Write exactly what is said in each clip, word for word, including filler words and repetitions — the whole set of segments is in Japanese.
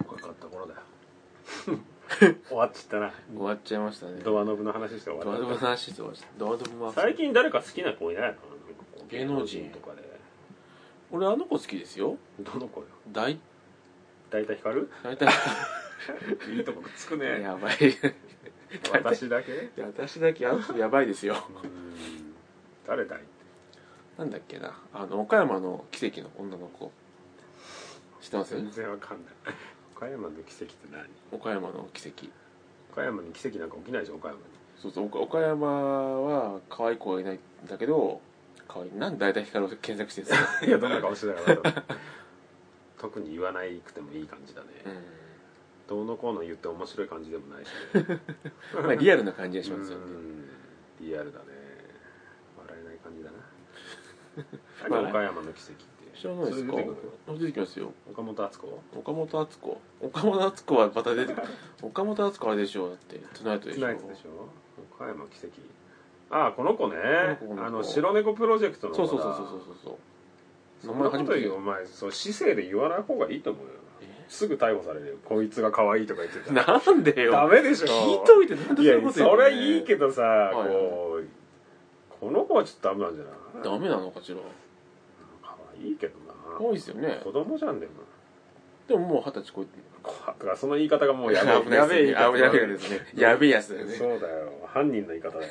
濃かった頃だよ終わっちゃったな。 終わっちゃいましたね。 ドアノブの話して終わった。 ドアノブの話して終わった。ドアノブも最近誰か好きな子いないの？なんかこう芸能人とかで。 俺あの子好きですよ。 どの子よ？ 大大体光る？ 大体いいとこくっつくね。 やばい私だけ？ いや私だけあの子やばいですよ。 うん誰だい？ なんだっけな、あの岡山の奇跡の女の子知ってます？ 全然わかんない。岡山の奇跡って何？ 岡山の奇跡。 岡山に奇跡なんか起きないじゃん。岡山に。 そうそう、岡岡山は可愛い子がいないんだけど、可愛いなんで大体光を検索してるんですか？ いやどんな顔してたから特に言わないくてもいい感じだね。 うん、 どうのこうの言って面白い感じでもないし、ね、 まあリアルな感じがしますよね。 リアルだね。笑えない感じだな。何岡山の奇跡って知らないですか？ 出てくる？ 出てきますよ。 岡本敦子？ 岡本敦子岡本敦子はまた出てくる。岡本敦子あれでしょ。だってトゥナイトでしょ。 トゥナイトでしょ。岡山奇跡。ああこの子ね。 この子この子あの白猫プロジェクトの子だ。 そうそうそうそうそうそう。 そんなこと言うお前そう市政で言わない方がいいと思うよ。すぐ逮捕されるよ。こいつが可愛いとか言ってたら。 なんでよ。 ダメでしょ。 聞いといてなんでそういうこと言うの？ いやそれいいけどさ、 はいはい、 こうこの子はちょっとダメなんじゃない？ ダメなのかしら。 可愛いけどな。 可愛いですよね。 子供じゃんでも。 でももう二十歳超えてる。 だからその言い方がもうやべえ。 危ないですね。 やべえやべえですね。やべえやつだよね。 そうだよ。犯人の言い方だよ。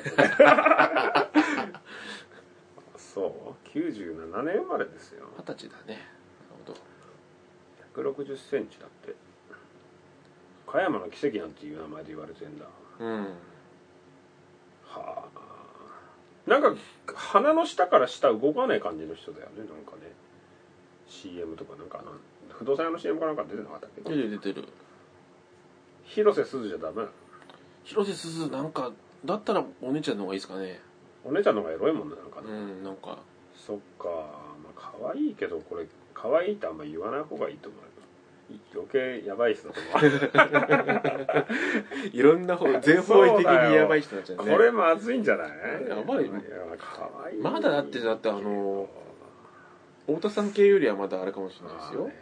そうきゅうじゅうななねん生まれですよ。 二十歳だね。なるほど。 ひゃくろくじゅっセンチだって。岡山の奇跡なんていう名前で言われてんだ。 うん。 はあ。なんか鼻の下から下動かない感じの人だよね。なんかね シーエム とかなんかな不動産屋の シーエム かなんか出てなかったっけ？ 出てる出てる。 広瀬すずじゃダメ？ 広瀬すずなんかだったらお姉ちゃんの方がいいですかね。 お姉ちゃんの方がエロいもんだなんかね。 うんなんか。 そっか、まあ可愛いけどこれ可愛いってあんま言わない方がいいと思うよ。余計やばい人だと思う。 いろんな方全方位的にやばい人になっちゃうね。 これまずいんじゃない？ やばいよ。 可愛い。 まだだってだってあの太田さん系よりはまだあれかもしれないですよ。うん、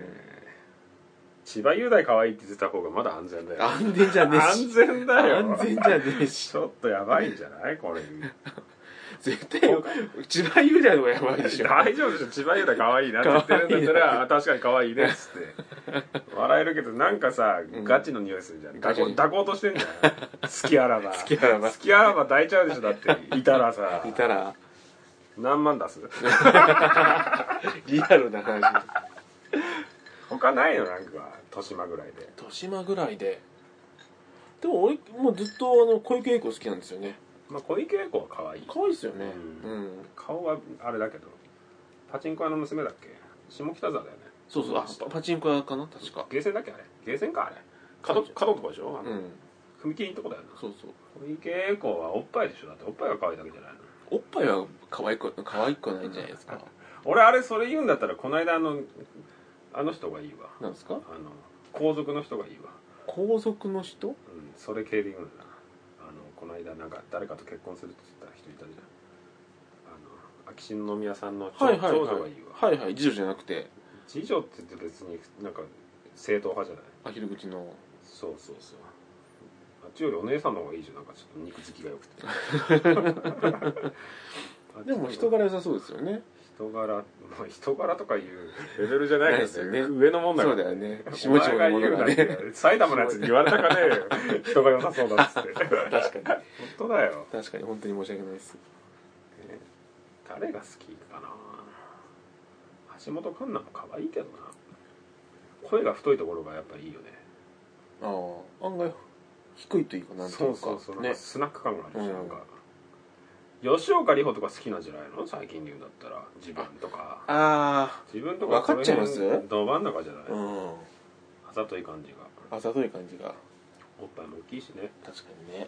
千葉雄大可愛いって言ってた方がまだ安全だよ。 安全じゃねえし。 安全だよ。 安全じゃねえし。 ちょっとやばいんじゃないこれ。 絶対千葉雄大の方がやばいでしょ。 大丈夫でしょ。千葉雄大可愛いなって言ってるんだったら確かに可愛いねっつって笑えるけどなんかさ、うん、ガチの匂いするじゃん。抱こう抱こうとしてんじゃん。好きあらば好きあらば好きあらば抱いちゃうでしょ。だっていたらさいたら何万出す？ リアルな話。 他ないのなんか豊島ぐらいで。 豊島ぐらいで。でも俺もうずっとあの小池栄子好きなんですよね。 まあ小池栄子は可愛い。 可愛いですよね。 うん。 うん、 顔はあれだけど、パチンコ屋の娘だっけ？下北沢だよね。 そうそう。あパチンコ屋かな確か。 ゲーセンだっけあれ？ゲーセンかあれ。角角とかでしょ？ うん。 踏切のとこだよな。 そうそう。 小池栄子はおっぱいでしょ。だっておっぱいが可愛いだけじゃないの。 おっぱいは可愛く可愛くはないんじゃないですか。 俺あれそれ言うんだったらこの間あのあの人がいいわ。 なんですか？ あの皇族の人がいいわ。 皇族の人？ うん、それ系で言うんだな。あのこの間なんか誰かと結婚するって言った人いたじゃん。あの秋篠宮さんの長女がいいわ。 はいはい。次女じゃなくて。 次女って言って別になんか正統派じゃない。 アヒル口の。 そうそうそう。あっちよりお姉さんの方がいいじゃん。なんかちょっと肉付きが良くて。 でも人柄良さそうですよね。 人柄、まあ、人柄とかいうレベルじゃないですよね。 ね上のもんだから。 そうだよね。下々のものがね。 埼玉のやつに言われたかねえよ。人が良さそうだっつって。確かに。 本当だよ。 確かに本当に申し訳ないです。 え誰が好きかな。橋本環奈も可愛いけどな。声が太いところがやっぱりいいよね。 ああ、案外低いというかなんていうか。 そうそうそう。 ね、 スナック感があるし、 うん、 なんか。吉岡里帆とか好きなんじゃないの最近で言うんだったら自分とかああ自分とか分かっちゃいます？ ど真ん中じゃない、うん、あざとい感じがあざとい感じがおっぱいも大きいしね。 確かにね。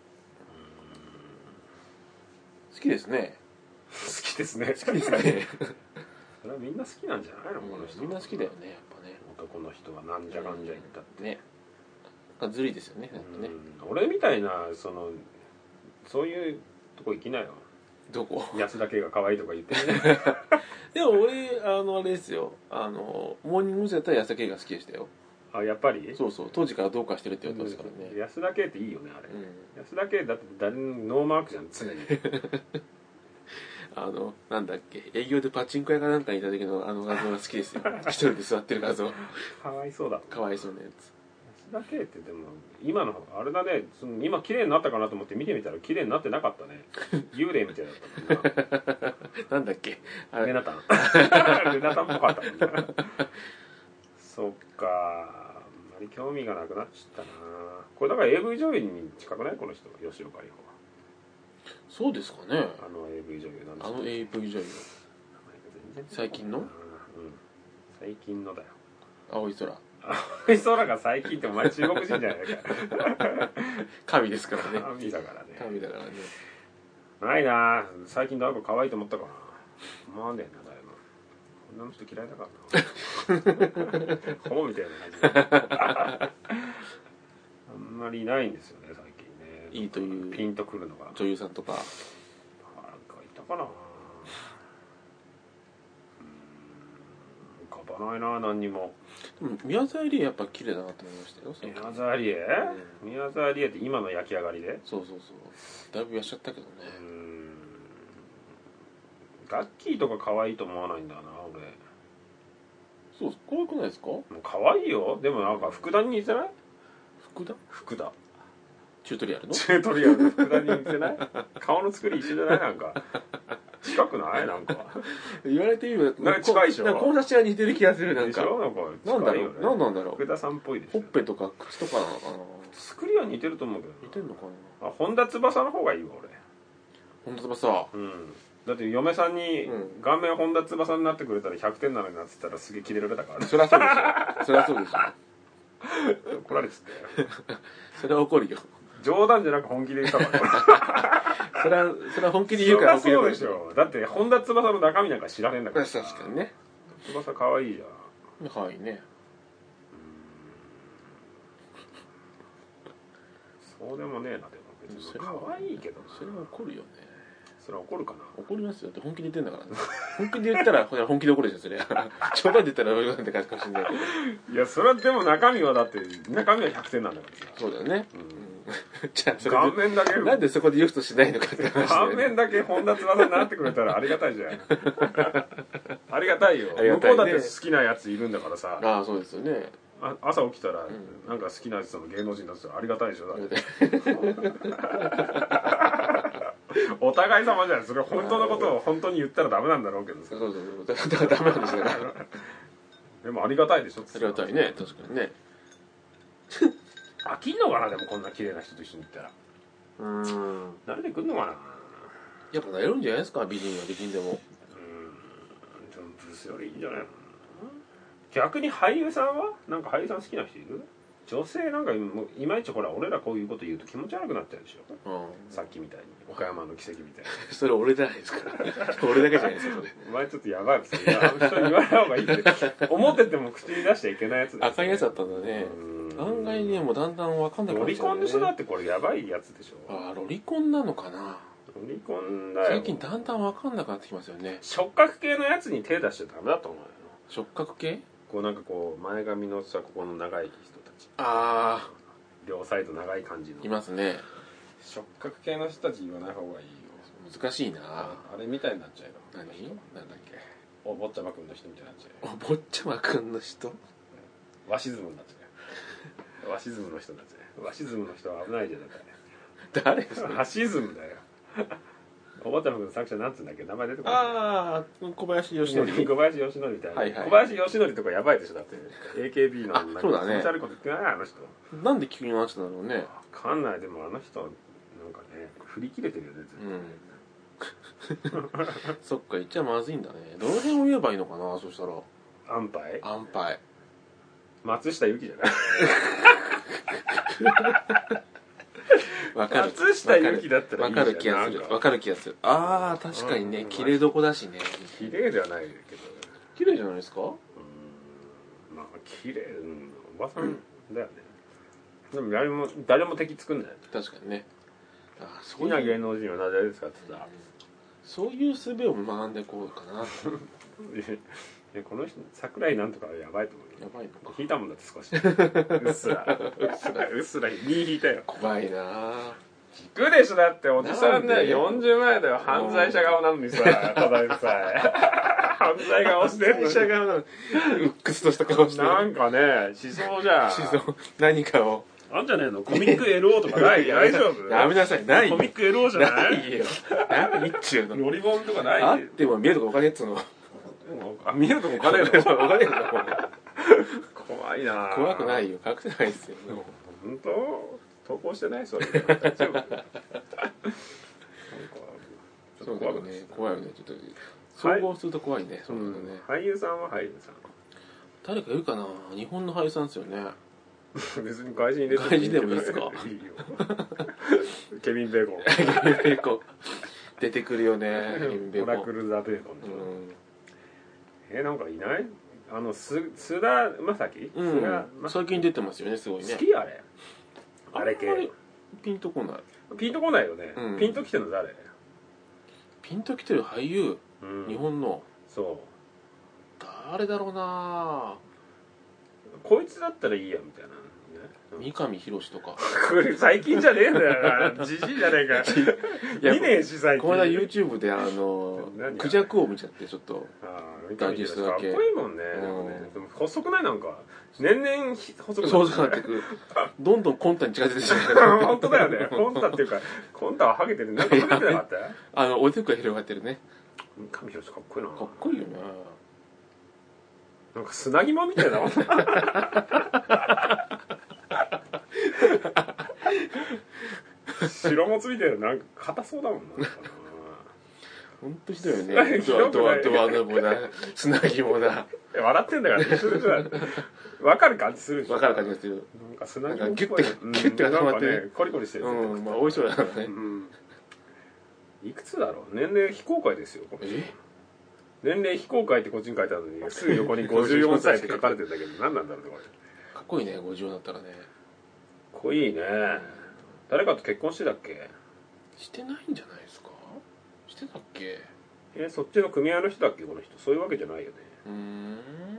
うん好きですね。 好きですね。 好きですね。 それはみんな好きなんじゃないの、この人。 みんな好きだよねやっぱね。 男の人はなんじゃかんじゃ言ったってね。なんかずるいですよね。なんかね。 俺みたいなそのそういうとこ行きなよ。 どこ？ 安田圭が可愛いとか言ってね。 でも俺あのあれですよ。あのモーニング娘。だったら安田圭が好きでしたよ。 あ、やっぱりそうそう、当時からどうかしてるって言われてますからね。 安田圭っていいよねあれ、 うん、 安田圭だって誰のノーマークじゃん常にあのなんだっけ、営業でパチンコ屋かなんかにいた時のあの画像が好きですよ一人で座ってる画像。 かわいそうだ、 かわいそうなやつ。 安田圭ってでも今のあれだね、その今綺麗になったかなと思って見てみたら綺麗になってなかったね幽霊みたいだったもんななんだっけあれルナタンルナタンっぽかったもんなそっか、あんまり興味がなくなっちゃったな。これだから エーブイ 女優に近くないこの人、吉岡里帆は。 そうですかね。 あの エーブイ 女優なんですあの エーブイ 女優最近のうん最近のだよ。 青い空、 青い空が最近ってお前中国人じゃないか神ですからね。 神だからね。 神だからね。 ないな、最近誰か可愛いと思ったかな。思わねえな誰も。女の人嫌いだからなホモみたいな感じあんまりいないんですよね最近ね。 いいというピンとくるのが女優さんとか。 なんかいたかな。浮かばないな何にも。 でも宮沢りえやっぱ綺麗だなと思いましたよ。 宮沢りえ、うん、宮沢りえって今の焼き上がりで。 そうそうそう、だいぶ痩せちゃったけどね。 うーん、ガッキーとか可愛いと思わないんだな俺。 そう可愛くないですか。もう可愛いよ。でもなんか福田に似てない？ 福田福田チュートリアルのチュートリアルで福田に似てない顔の作り一緒じゃない？なんか近くない？なんか言われてみればなんか近いでしょ。 なんかこの写真は似てる気がする。なんかでしょ。なんかなんだろ近いよね。 う、なんなんだろう。 福田さんっぽいでしょ。 ほっぺとか口とかなのかな。 作りは似てると思うけど。 似てんのかな。 あ、本田翼の方がいいわ俺。 本田翼。 うん。だって嫁さんに、 うん、 顔面本田翼になってくれたらひゃくてんなのになって言ったらすげえキレられたからね。 そりゃそうでしょ。そりゃそうでしょ。 怒られてたよ。 それは怒るよ。 冗談じゃなく本気で言ったからそれはそれは本気で言うから本気でそうでしょ。だって本田翼の中身なんか知らねえんだから。 確かにね。 翼可愛いじゃん。 可愛いね。 そうでもねえな。でも別に可愛いけどな。 それは怒るよね。 それは怒るかな。 怒りますよ。だって本気で言ってんだからね。本気で言ったら本気で怒るでしょそれ。冗談で言ったら冗談って感じかもしれないけど。 いやそれはでも中身はだって中身はひゃくてんなんだからさ。 そうだよね。うん、じゃあそれ顔面だけなんでそこで良しとしないのかって話、ね。 顔面だけ本田翼になってくれたらありがたいじゃん。ありがたいよ。 ありがたいね。 向こうだって好きなやついるんだからさ。 ああそうですよね。 あ朝起きたら、うん、なんか好きなやつの芸能人だったらありがたいでしょだってお互い様じゃん。それ本当のことを本当に言ったらダメなんだろうけどさ。 そうそうそうだからダメなんですよでもありがたいでしょ。 ありがたいね。確かにね。 飽きんのかなでもこんな綺麗な人と一緒に行ったら。 うーん慣れてくんのかな。 やっぱなれるんじゃないですか美人は美人でも。うーんでもブスよりいいんじゃないの。逆に俳優さんはなんか俳優さん好きな人いる？女性なんかいまいちほら俺らこういうこと言うと気持ち悪くなっちゃうでしょ、うん、さっきみたいに岡山の奇跡みたいなそれ俺じゃないですか俺だけじゃないですかそれ。 お前ちょっとやばい人に言わない方がいいって思ってても口に出しちゃいけないやつだ、ね、 赤いやつだったんだね。案外ねもうだんだん分かんなくなっちゃう、ね、 ロリコンの人だってこれやばいやつでしょ。 ああロリコンなのかな。 ロリコンだよ。 最近だんだん分かんなくなってきますよね。 触覚系のやつに手出しちゃダメだと思うよ。 触覚系こうなんかこう前髪のさここの長い人たち、 ああ両サイド長い感じのいますね。 触覚系の人たち言わない方がいいよ。 難しいな。 あ, あれみたいになっちゃうよ。 何なんだっけ。 お坊ちゃまくんの人みたいになっちゃうよ。 お坊ちゃまくんの人ワシズムになっちゃうよ。ワシズムの人になっちゃうよ。ワシズムの人は危ないじゃないかね。 誰ですか。 ハシズムだよ。お坊ちゃまくんの作者なんつうんだっけ。名前出てこない。 ああ小林義則小林義則みたいな、 はいはい、 小林義則とかやばいでしょ。だって エーケービー のなんかそうだね。 気持ち悪いこと言ってないあの人。 なんで急になっちゃったんだろうね。 分かんない。でもあの人なんかね振り切れてるよね絶対、うん、そっか言っちゃまずいんだね。どの辺を言えばいいのかな。そしたら安牌安牌松下由紀じゃないわかる。 松下由紀だったらいいじゃん。 わかる気がする。わかる気がする。ああ確かにね綺麗どこだしね。 綺麗ではないけど綺麗じゃないですか。うんまあ綺麗、うん、おばさんだよね。でも誰も誰も敵作んない。 確かにね。 あ好きな芸能人は誰ですかって言ったら、 そういう術を学んでこうかな。 いやこの人桜井なんとかやばいと思うよ。 やばいのか。 引いたもんだって少しうっすらうっすらうっすらに引いたよ。 怖いな。 引くでしょ。だっておじさんなんでねよんじゅうまえだよ。犯罪者顔なのにさただでさえ犯罪顔してるのに犯罪者側なのにうっくすとした顔してる。 なんかねしそうじゃん。 しそう何かをあんじゃねえのコミック エルオー とかない大丈夫。 やめなさい。ないコミック エルオー じゃないないよ。ないっちゅうの。 ロリボンとかない。 あっても見えるとこお金っつうの。 あ見えるとこお金のお金の怖いな。 怖くないよ。隠せないですよ。 本当投稿してないそれ大丈夫。なんかちょっと怖くないね。怖いよね。ちょっと総合すると怖いね。そううんだね。 俳優さんは俳優さん誰かいるかな。日本の俳優さんですよね。 別に外人入れて外人でもいいですか。 いいよケビン・ベーコンケビン・ベーコン出てくるよね。ケビン・ベーコン。 オラクル・ザ・ベーコン、 うんえなんかいないあのす須田将暉、 うん須田ま最近出てますよね。すごいね。 好きあれあれあんまり系ピンとこない。 ピンとこないよね、 うんピンときてるの誰、 ピンときてる俳優、 うん、 日本のそ誰だろうな。 うこいつだったらいいやみたいな、ね、 三上博史とか。 これ最近じゃねえんだよなじじいじゃねえかいや見ねえし最近この間 YouTube であの何クジャクを見ちゃってちょっとああ三上博史かっこダイジェストだけいいもんね、 うんでもねでも細くないなんか年々細くそうなってなってくどんどんコンタに近づいてしまう本当だよねコンタっていうかコンタはハゲてるなんかハゲてなかったあのおでこが広がってるね。 三上博史かっこいいなかっこいいよね。 なんか砂肝みたいな白もつみたいななんか硬そうだもんなほんとひどいよね。ドアドアドアノブだ砂肝だ。 笑ってんだから一緒でしょ分かる感じするでしょ分かる感じがする。 なんか砂なん肝っぽいかギュッてギュッて固まってねなんかねコリコリしてるうんまあ美味しそうだからね。 うんいくつだろう年齢非公開ですよえ年齢非公開ってこっちに書いてあるのにすぐ横にごじゅうよんさいって書かれてるんだけど何なんだろうねこれかっこいいねごじゅうになったらね。 かっこいいね誰かと結婚してたっけしてないんじゃないですか。してたっけ。 えそっちの組合の人だっけこの人そういうわけじゃないよねうーん。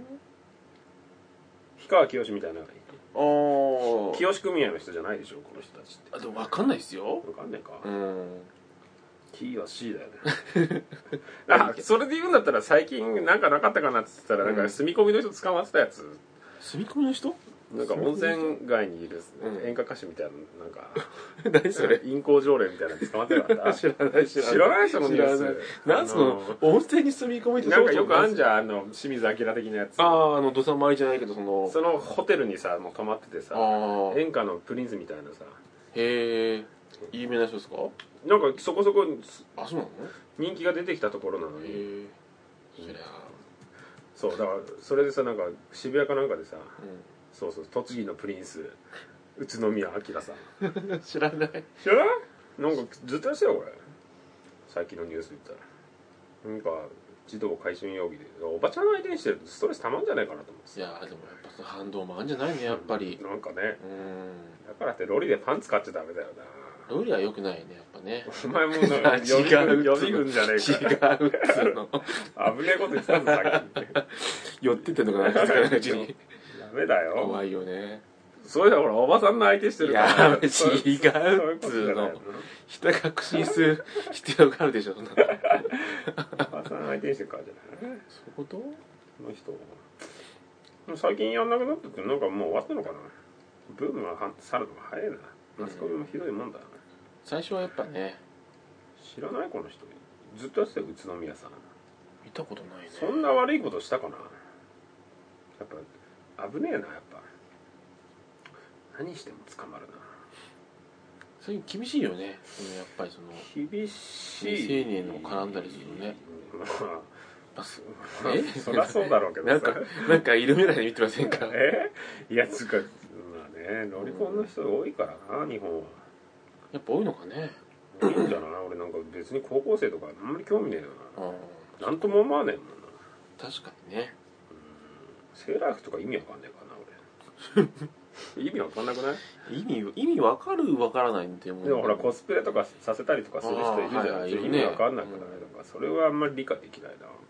氷川きよしみたいなああ。 清組合の人じゃないでしょこの人たちってあでも分かんないですよ。 分かんないかうん。 キは C だよねあそれで言うんだったら最近なんかなかったかなって言ってたらなんか住み込みの人捕まってたやつ住み込みの人なんか温泉街にいるうん演歌歌手みたいななんか何それ陰行条例みたいなの捕まってなかった知らない知らない知らないそのニュース知らないなんその温泉に住み込みってなんかよくあんゃん。 じゃんあの清水明的なやつあああの土佐回りじゃないけどそのそのホテルにさもう泊まっててさあー演歌のプリンスみたいなさへえ有名な人ですか。 なんかそこそこあそうなの。 人気が出てきたところなのにへえそりゃそうだからそれでさなんか渋谷かなんかでさうそうそう栃木のプリンス宇都宮明さんん知らない。 知らないなんかずっとやってたよこれ最近のニュース言ったらなんか児童買春容疑でおばちゃん相手にしてるとストレスたまんじゃないかなと思っていやでもやっぱその反動もあるんじゃないのやっぱり。 なんかねうんだからってロリでパンツ買っちゃダメだよなロリは良くないねやっぱね。 お前もなんか予備軍予備軍じゃねえか違うっつうの。 危ねえこと言ってたんださっき寄ってってんのかな気づかないうちに。 ダメだよ怖いよね。 そういうのほらおばさんの相手してるからいや違うっつそういうことじゃないうの。人が確信する必要があるでしょそんなの。 おばさん相手にしてるからじゃないそういうこと。 この人最近やんなくなったってなんかもう終わったのかなブームが去るのが早いなマスコミもひどいもんだな、 最初はやっぱね知らないこの人ずっとやってたよ宇都宮さん見たことないね。 そんな悪いことしたかなやっぱ危ねえなやっぱ何しても捕まるなそういう厳しいよねそのやっぱりその厳しい未成年の絡んだりするとね。 まあそえそりゃそうだろうけどさなんかなんかイルミナリ見てませんか。 えいやつうかまあねロリコンの人多いからな日本はやっぱ多いのかね。 いいんじゃない俺なんか別に高校生とかあんまり興味ねえようんななんとも思わねえもんな確かにね。 セーラー服とか意味わかんねえかな俺意味わかんなくない意味意味わかるわからないって思う。 でもほらコスプレとかさせたりとかする人いるじゃん、 あーはいはいいるね意味わかんなくないとか、それはあんまり理解できないな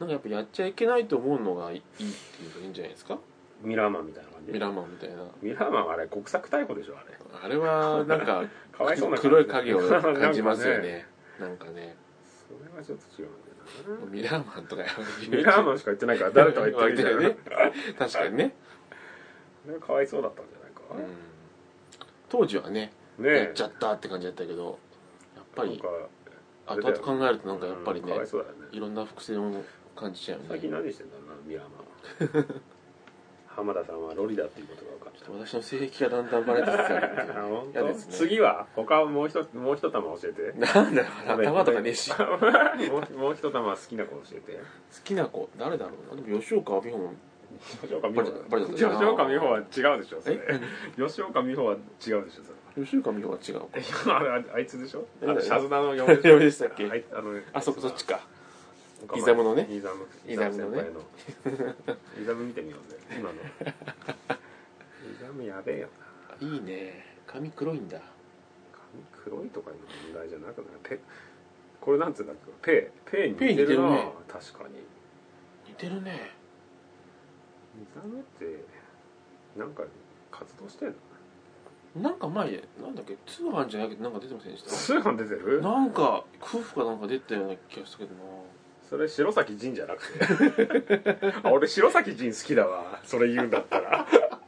なんかやっぱやっちゃいけないと思うのがいいっていうといいんじゃないですか。 ミラーマンみたいな感じ。 ミラーマンみたいな。 ミラーマンはあれ国策逮捕でしょあれ。 あれはなんかかわいそうな黒い影を感じますよね。なんかね。 それはちょっと違うんだよな。 ミラーマンとかやミラーマンしか言ってないから誰とは言ってるじゃんね。確かにね。 それはかわいそうだったんじゃないか。 うん、当時はね、 ねやっちゃったって感じだったけど、やっぱり後々考えるとなんかやっぱりね、 うん、かわいそうだよね。 いろんな伏線を感じちゃうね。 最近何してんだろうなミラーマンは。浜田さんはロリだっていうことが分かった。 私の性癖がだんだんバレてきたら嫌ですね。 次は他もう一もう一玉教えて。 なんだろうな、玉とかねえし。 もうもう一玉好きな子教えて。好きな子誰だろうな。でも吉岡美穂も吉岡美穂吉岡美穂は違うでしょそれ。吉岡美穂は違うでしょそれ。 吉岡美穂は違うか。 あれあいつでしょ。あのシャズナの嫁でしたっけ。 あのあそこそっちか。イザムのね。 イザムイザムのね。 イザム見てみようぜ今の。イザムやべえよな。いいね。髪黒いんだ。 髪黒いとかいう問題じゃなくない。ペこれなんつうんだっけ。ペペに似てるな。ね、確かに似てるね。 イザムってなんか活動してんの。 なんか前なんだっけ通販じゃなくてなんか出てませんでした。 通販出てる。 なんか夫婦かなんか出てたような気がしたけどな。 それ白崎仁じゃなくてあ俺白崎仁好きだわそれ言うんだったら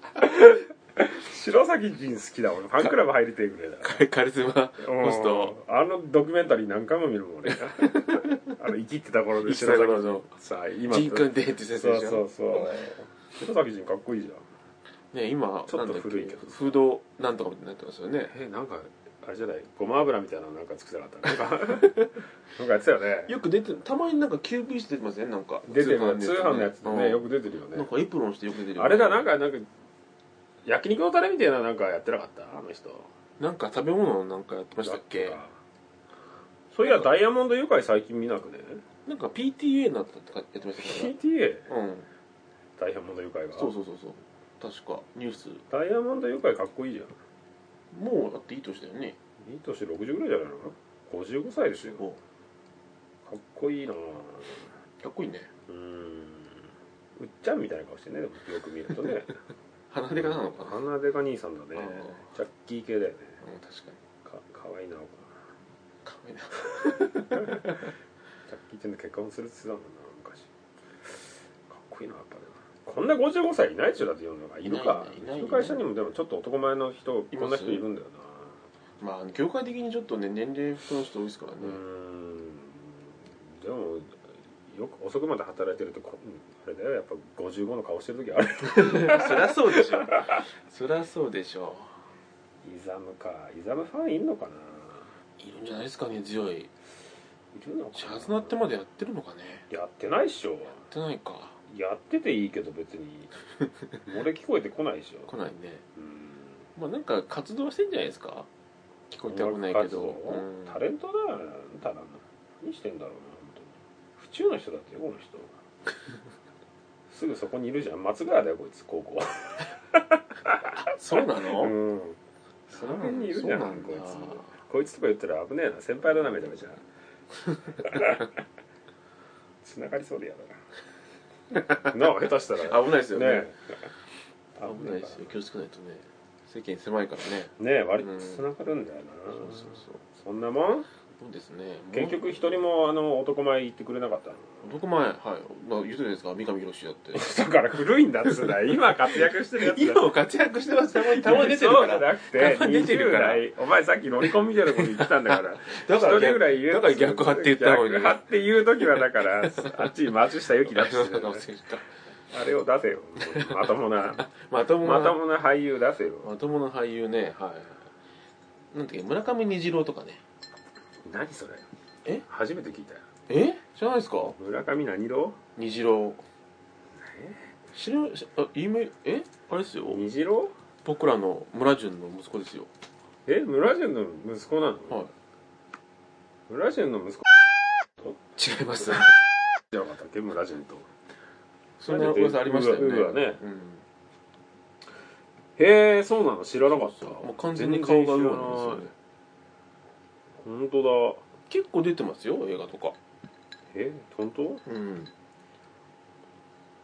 白崎仁好きだ俺ファンクラブ入りてえぐらいだカリスマホストあのドキュメンタリー何回も見るもん俺あの生きてた頃で白崎のさあ今仁君でって先生でしょ。 そうそうそう白崎仁かっこいいじゃんね。今ちょっと古いけどフードなんとかみたいになってますよね。 えなんかあれじゃないごま油みたいなのなんか作ってなかったなんかなんかやってたよね。 よく出てたまになんかキューピース出てますね。なんか出てる通販のやつでねよく出てるよね。 なんかエプロンしてよく出てる。 あれだなんかなんか焼肉のタレみたいななんかやってなかったあの人。 なんか食べ物なんかやってましたっけ。 そういやダイヤモンド愉快最近見なくね。 なんか ピーティーエー になったとかやってましたっけ。 ピーティーエー？ うんダイヤモンド愉快が。 そうそうそうそう確かニュース。 ダイヤモンド愉快かっこいいじゃん。 もうだっていい年だよね。 いい年ろくじゅうぐらいじゃないの。ごじゅうごさいですよ。かっこいいなかっこいいね。 うーんうっちゃんみたいな顔してね。でもよく見るとね鼻でかなのかな。 鼻でか兄さんだね。ジャッキー系だよね。 うん確かにかかわいいなかわいいなジャッキーっての結婚するって言ってたもんな昔。かっこいいなやっぱり。こんなごじゅうごさいいないでしょだって世の中いるか。うちの会社にもでもちょっと男前の人こんな人いるんだよな。 まあ業界的にちょっとね年齢層の人多いですからね。 うーんでもよく遅くまで働いてるとあれだよやっぱごじゅうごの顔してる時あるそりゃそうでしょそりゃそうでしょ。 イザムかイザムファンいんのかないるんじゃないですかね。強いいるのかな。 シャズナってまでやってるのかね。 やってないっしょ。やってないか。 やってていいけど別に漏れ聞こえてこないでしょ。 来ないね。 うんまあなんか活動してんじゃないですか。聞こえてこないけど、うん、 タレントだよただ何してんだろうな本当に。府中の人だってよこの人すぐそこにいるじゃん。松川だよこいつ高校そうなの。 うんその辺にいるじゃんこいつ。こいつとか言ったら危ねえな先輩だなめちゃめちゃ繋がりそうでやだななあ下手したら危ないですよね。 ね危ないですよ。気をつけないとね。世間狭いからね。 ねえ割と繋がるんだよな、うん、そうそうそうそんなもん。 そうですね。 結局一人もあの男前言ってくれなかったの。 男前はい、まあ、言ってるじゃないですか三上博史だってだから古いんだっつうな今活躍してるやつだ今も活躍してます。たまにたまに出てるから。 そうじゃなくて出てるから。 お前さっきロリコンみたいなこと言ってたんだからだから一人ぐらい言うだから逆派って言ったのに逆派って言う時はだからあっちに松下由紀出してるあれを出せよまともなまともなまともな俳優出せよ。 まともな俳優ね。はいなんていうか村上虹郎とかね。 何それえ初めて聞いたよ。 え知らないですか。 村上何郎虹郎知らないあ夢えあれですよ虹郎僕らの村淳の息子ですよ。 え村淳の息子なの。 はい村淳の息子違いますじゃなかったっけ村淳とそんな噂ありましたよね。 うわね、 うん、 へえそうなの知らなかった。 もう完全に顔がウーなんですよね。 本当だ。 結構出てますよ映画とか。 え本当？ うん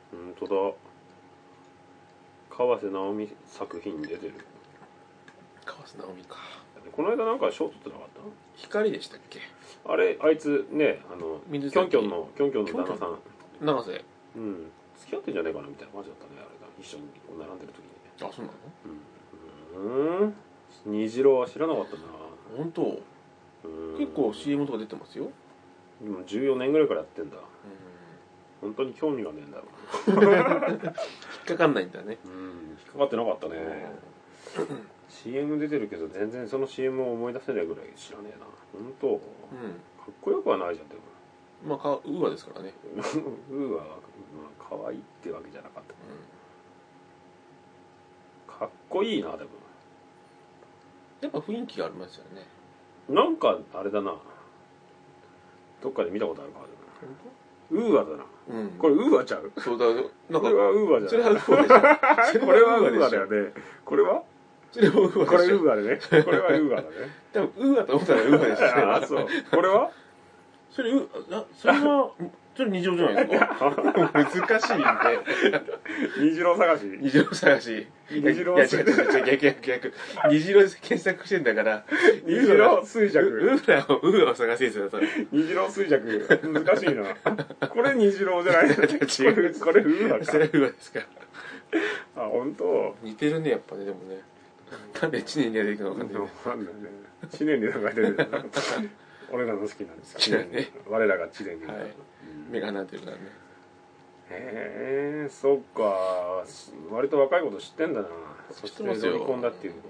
本当だ。川瀬直美作品に出てる。 川瀬直美か。 この間なんか賞取ってなかった？ 光でしたっけ？ あれあいつね、あのキョンキョンのキョンキョンの旦那さん、 永瀬。 うん、付き合ってんじゃねえかなみたいな感じだったね、あれが一緒に並んでる時に。 あ、そうなの？ うん。虹色は知らなかったな。 本当？結構 シーエム とか出てますよ。 でもじゅうよねんぐらいからやってんだ。本当に興味がねえんだろう。 引っかかんないんだね。 うん、引っかかってなかったね。シーエム 出てるけど全然その シーエム を思い出せないぐらい知らねえな。本当。うん。かっこよくはないじゃんでも。 まあかウーアですからね。 ウーはまあ可愛いってわけじゃなかった。うん、かっこいいなでも。 やっぱ雰囲気がありますよね。 なんかあれだな。どっかで見たことあるか。ウーアだな。うん、これウーアちゃう？ そうだ。なんかこれはウーアじゃない。 それはウーアでしょ。 これはウーアだよね。これは？ それもウーアでしょ。 これウーアでね。これはウーアだね。 多分ウーアと思ったらウーアでしょ。 あ、そう。これは？ それウあそれはそれ虹色じゃないですか。難しいんで。 虹色探し。 虹色探し。 虹色いや違う違う違う逆逆逆。虹色で検索してんだから。 虹色衰弱。 ウーアをウーアを探してるんですよ。それ虹色衰弱。難しいな。これ虹色じゃない。違う。これウーアか。 それウーアですか。 あ、本当。 似てるねやっぱねでもね。なんで知念に出てくるのかんないね。 わかんないね。知念になんか出てる。俺らの好きなんですかね。 我らが知念に。 はい。目が離れてるからね。 へえ、そっか。割と若いこと知ってんだな。 知ってますよ。 ロリコンだっていうこと。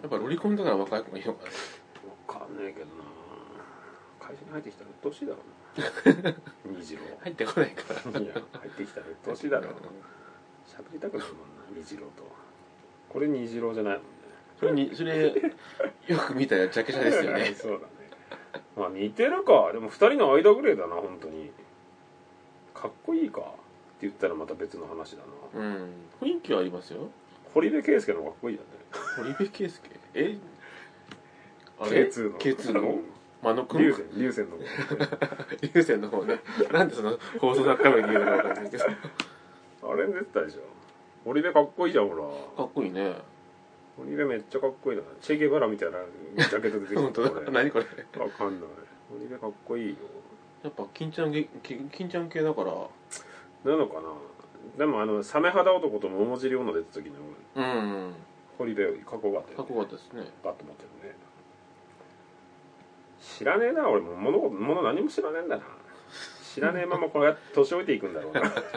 やっぱロリコンだから若い子がいいのかな。 わかんないけどな。会社に入ってきたらうっとうしいだろうな。虹色。 入ってこないから。 いや、入ってきたらうっとうしいだろう。喋りたくなるもんな、虹色と。これ虹色じゃないもんね。 それに、それ、よく見たらジャケ写ですよね。 そうだね。まあ似てるか。でも二人の間ぐらいだな、本当に。かっこいいかって言ったらまた別の話だな。 うん。雰囲気はありますよ。 堀部圭介の方がかっこいいよね。 堀部圭介えあれ ケーツー の。 ケーツー の間野くん流線、流線の方。 流線の方ね。なんでその放送作家名に言うのかわかんないけど。 あれ出てたでしょ。堀部かっこいいじゃん、ほら。 かっこいいね。 堀部めっちゃかっこいいな。チェゲバラみたいなジャケット出てきて本当だ。何これ。 わかんない。堀部かっこいいよ。 やっぱ金ちゃん系、金ちゃん系だから。 なのかな。でもあのサメ肌男と桃尻女出た時の、 うん、 堀部かっこよかったよね。 かっこよかったですね。 バッと持ってるね。知らねえな、俺も物事物何も知らねえんだな。知らねえままこうやって年老いていくんだろうな。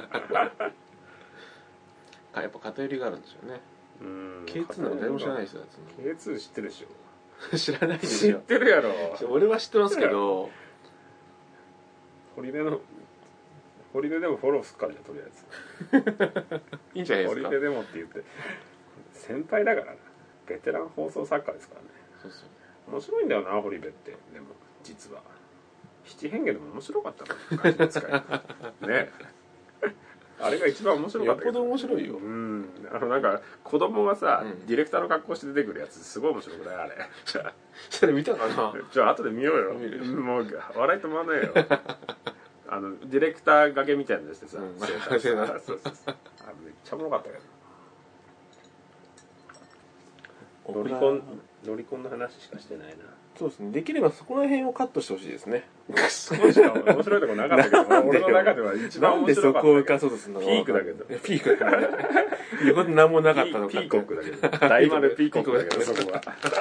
やっぱ偏りがあるんですよね。 うん。 ケーツー なの誰も知らないですよ。 ケーツー 知ってるでしょ。 知らないでしょ。 知ってるやろ。 俺は知ってますけど。 堀部の堀部でもフォローすっからじゃとりあえず。 いいんじゃないですか。 堀部でもって言って先輩だからな。ベテラン放送作家ですからね。 そうそう。 面白いんだよな堀部って。でも実は七変化でも面白かった感じの使いね。あれが一番面白かった。 よっぽど面白いよ。 うん。あのなんか子供がさ、うん、ディレクターの格好して出てくるやつすごい面白くないあれ。 それ見たかな。 じゃあ後で見ようよ。もう笑い止まんないよ。あのディレクター掛けみたいなのしてさ、うん、そうそうそう。あめっちゃおもろかったけど。ロリコンロリコンの話しかしてないな。 そうですね。できればそこら辺をカットしてほしいですね。 そこしか面白いとこなかったけど、俺の中では一番面白かった。 なんでそこを生かそうとするの？ ピークだけど。 ピークだけど。横で何もなかったのか。 ピーコックだけど。大丸ピーコックだけど、そこは。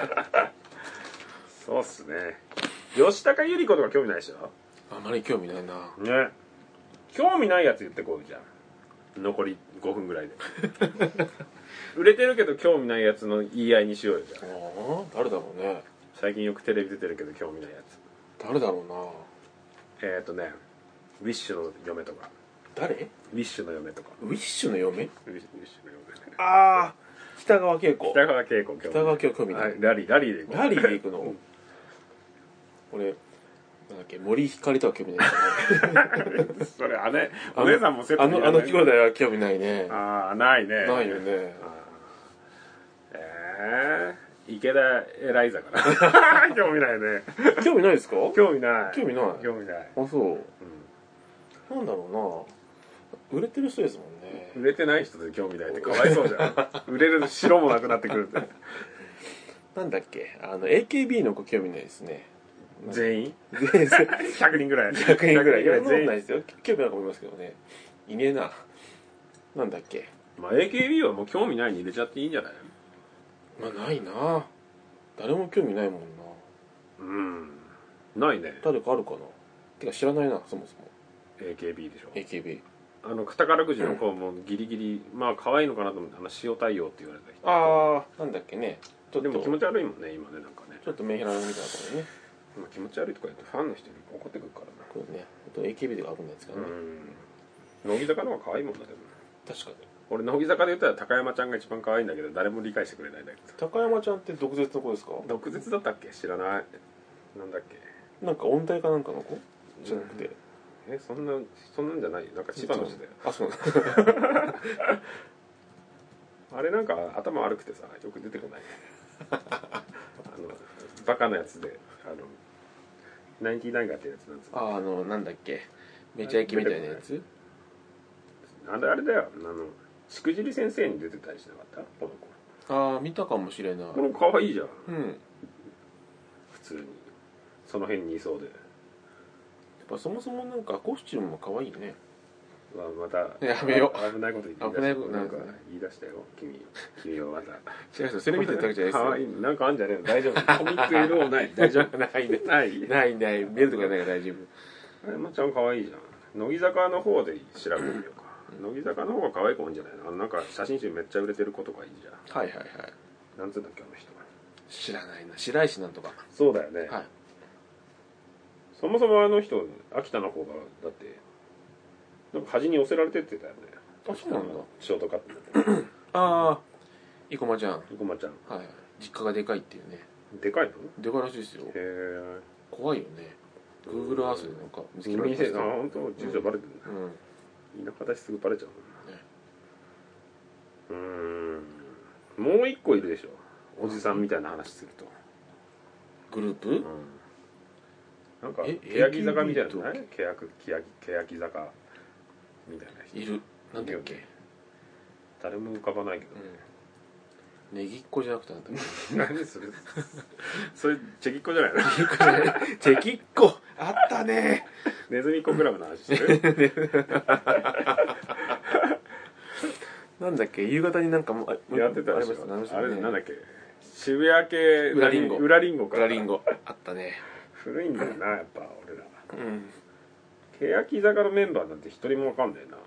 そうっすね。吉高由里子とか興味ないでしょ？ あまり興味ないな。 ね。興味ないやつ言ってこうじゃん。残りごふんぐらいで。売れてるけど興味ないやつの言い合いにしようよじゃん。 ああ、誰だろうね。 最近よくテレビ出てるけど興味ないやつ。 誰だろうな。 えっとね、ウィッシュの嫁とか。 誰？ ウィッシュの嫁とか。 ウィッシュの嫁？ ウィッシュの嫁。 ああ、北川景子。 北川景子。 北川景子興味ない。 ラリーラリーで行く。ラリーで行くの。俺なんだっけ森ひかりとは興味ない。 それ姉お姉さんもセットあのあの兄弟は興味ないね。 ああないね。 ないよね。 ええ。池田エライザかな。興味ないね。 興味ないですか？ 興味ない。 興味ない。 興味ない。 あ、そう。うん、なんだろうな。 売れてる人ですもんね。 売れてない人で興味ないってかわいそうじゃん売れる城もなくなってくるってなんだっけ、あの エーケービー の子興味ないですね。 全員全員ひゃくにんぐらいひゃくにんぐらい。いや、そんなこと全員ないですよ。興味ない子もいますけどね。いねえな。なんだっけ。 まあ エーケービー はもう興味ないに入れちゃっていいんじゃない？ まあないな。誰も興味ないもんな。 うんないね。 誰かあるかな。てか知らないな、そもそも。 エーケービー でしょ。 エーケービー。 あの宝くじの子もギリギリまあ可愛いのかなと思ってあの塩対応って言われた人。 ああ、なんだっけね。ちょっとでも気持ち悪いもんね今ねなんかね。 ちょっとメンヘラみたいな子でね。 まあ気持ち悪いとか言うとファンの人に怒ってくるからな。 これね。あと エーケービー でが危ないですからね。 うん乃木坂の方が可愛いもんだでも。 確かに。 俺乃木坂で言ったら高山ちゃんが一番可愛いんだけど誰も理解してくれないんだけど。 高山ちゃんって毒舌の子ですか？ 毒舌だったっけ知らない。なんだっけ。 なんか音大かなんかの子じゃなくて。 えそんなそんなんじゃないなんか千葉の人だよ。 あ、そうなんだ。 あれなんか頭悪くてさよく出てこないあのバカなやつであのナインティナインがってやつなんですよ。 あ、あの、なんだっけ。めちゃイケみたいなやつ。 あれあれだよあのしくじり先生に出てたりしなかったこの子。 ああ、見たかもしれない。 この子可愛いじゃんうん。 普通にその辺にいそうで。 やっぱそもそもなんかコスチュームも可愛いね。 まあ、またやめよう危ないこと言って危ないことなんか言い出したよ君君はまた違う人それ見てたわけじゃないですよ。 可愛いなんかあんじゃねえの大丈夫コミック色もない大丈夫ないね。 ないないない。見るとかないから大丈夫。 あれまちゃん可愛いじゃん。乃木坂の方で調べてみようか。乃木坂の方が可愛い子多いんじゃないの。あのなんか写真集めっちゃ売れてる子とかいいじゃん。 はいはいはい。 なんつうんだっけあの人。 知らないな。白石なんとか。 そうだよね。 はい。 そもそもあの人秋田の方がだってなんか端に寄せられてってたよね。 あ、そうなんだ。 ショートカットで。 ああ、生駒ちゃん。 生駒ちゃん。 はい。実家がでかいっていうね。 でかいの？ でかいらしいですよ。 へえ。 怖いよね。Google Earth でなんか見つけられ見せあ本当住所バレてるうん。 んだ。田舎だしすぐバレちゃうもんね。うーん。もう一個いるでしょ。おじさんみたいな話すると。 グループ？ うん。なんかえ欅坂みたいなのない？ エー欅欅欅坂みたいな人いる。なんだっけ？ 誰も浮かばないけど、 うん。ネギっ子じゃなくてなんだっけ？ 何それそれチェキっ子じゃないの？ チェキっ子あったね。 ネズミっ子クラブの話してるなんだっけ夕方になんかもやってたでしょ。あれなんだっけ渋谷系裏リンゴ裏リンゴか裏リンゴあったね。 古いんだよなやっぱ俺ら。 うん。 欅坂のメンバーなんて一人もわかんねえな。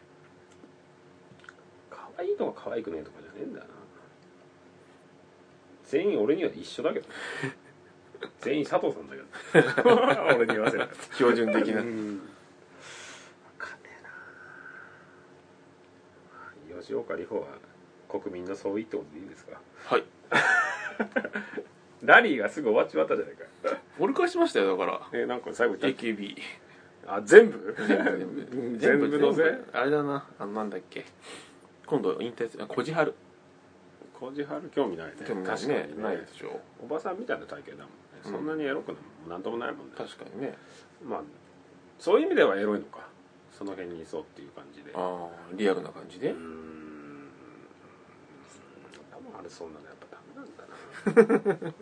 可愛いとか可愛くねえとかじゃねえんだよな。全員俺には一緒だけど全員佐藤さんだけど俺に言わせなかった標準的な。 うん分かんねえな。吉岡里帆は国民の総意ってことでいいですか？ はい。 ラリーがすぐ終わっちまったじゃないか。 折り返しましたよだから。 えなんか最後エーケービー。 あ全部全部全部全部のせ全部あれだな。あのなんだっけ。今度引退する。あ、こじはる。 こじはる興味ないね。 興味ない確かね。 にねないでしょ。 おばさんみたいな体型だもんね。 うんそんなにエロくなんともないもんね。 確かにね。 まあそういう意味ではエロいのか。その辺にいそうっていう感じで。 ああ、リアルな感じで。 うーん。多分あれそうなのやっぱダメなんだな。うーん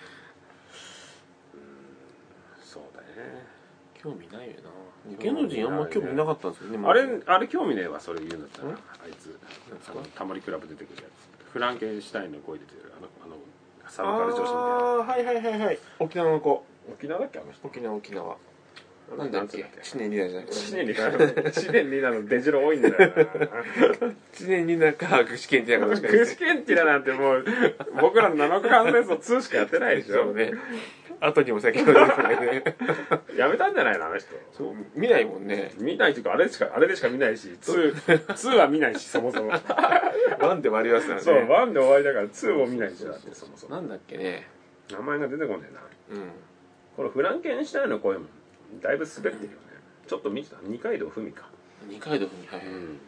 そうだね。 興味ないよな。芸能人あんま興味なかったんですよね。 あれあれ興味ねえわそれ言うんだったらんあいつなんですかあのタモリクラブ出てくるやつフランケンシュタインの声出てるあのあのサあブカル女子みたいな。 あ、はいはいはいはい。沖縄の子。 沖縄だっけあの人。 沖縄沖縄。なんだっけ。知念里奈じゃなくて。 知念里奈知念里奈の出城多いんだよな。 知念里奈か具志堅ってやつ具志堅ってなんてもう僕らの七日間戦争ツーしかやってないでしょ。 そうね。後にも先ほど出てないね。 やめたんじゃないのあの人。 そう見ないもんね。 見ないっていうかあれしかあれでしか見ないしツーツーは見ないしそもそも。 ワンで割りますからね。 そうワンで終わりだからツーも見ないしだってそもそも。 なんだっけね。 名前が出てこねえな。 うん。 このフランケンシュタインの声もだいぶ滑ってるよね。ちょっと見てた二階堂ふみか。 二階堂ふみはいはい。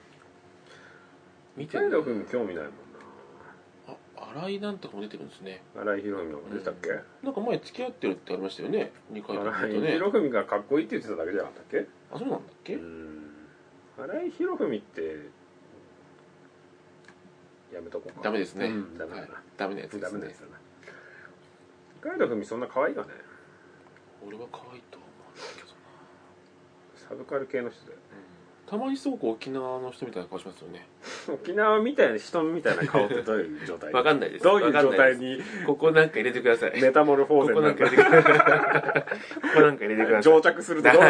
見てる。 二階堂ふみ興味ないもんな。 あ、新井なんとかも出てるんですね。 新井宏文の方が出たっけ？ なんか前付き合ってるってありましたよね。二階堂ふみと新井ね。 宏文がかっこいいって言ってただけじゃなかったっけ？ あ、そうなんだっけ？ うん。 荒井博文ってやめとこうか。 ダメですね、 うん、ダメだな、 はい、ダメなやつですね。 ダメなやつだな。二階堂ふみそんな可愛いかね。 俺は可愛いと思うんだけどな。 サブカル系の人だよ。 たまにすごく沖縄の人みたいな顔しますよね。 沖縄みたいな人みたいな顔ってどういう状態？ わかんないです。 どういう状態にここなんか入れてください。 メタモルフォーゼここなんか入れてください。ここなんか入れてください。 蒸着するとど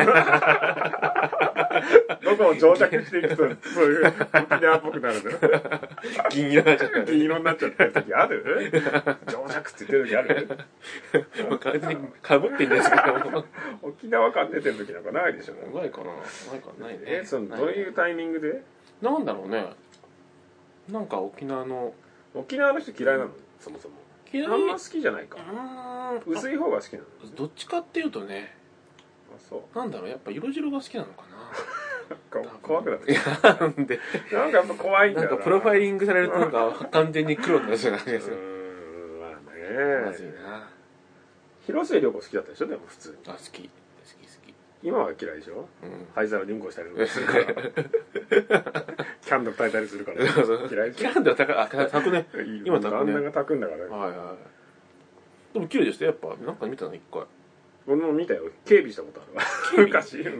こを蒸着していくとそういう沖縄っぽくなるんだよ。 銀色になっちゃった。 銀色になっちゃった時ある？蒸着って言ってる時ある？ もう完全にかぶってんですけど。 沖縄感出てる時なんかないでしょ。 ないかな。ないかないね。 え、そのどういうタイミングで？ なんだろうね。なんか沖縄の沖縄の人嫌いなの？そもそも嫌い。 あんま好きじゃないか。 うん。 薄い方が好きなの？ どっちかっていうとね。 あ、そう。 なんだろう、やっぱ色白が好きなのかな。 怖くなっていや、なんでなんかやっぱ怖いんだよな。 なんかプロファイリングされるとなんか完全に黒になるじゃないですか。 うーん、まあね。 まずいな。 広末涼子好きだったでしょ、でも普通に。 あ、好き。好き好き。 今は嫌いでしょ。 うん。 灰皿にうんこしたりするからキャンドル焚いたりするから嫌いでしょ。 キャンドルたか、あ、炊くね。今炊くね。 旦那が炊くんだからね。 はいはい。でも綺麗でしたよ、やっぱ。なんか見たの一回。 俺も見たよ。警備したことあるわ。昔。うん。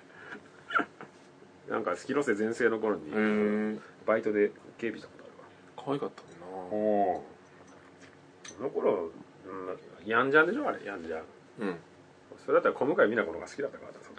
なんか広瀬全盛の頃にバイトで警備したことあるわ。 可愛かったな。 おあの頃、うん、ヤンジャンでしょあれ、ヤンジャン。 うん。 それだったら小向井美奈子の方が好きだったからさ。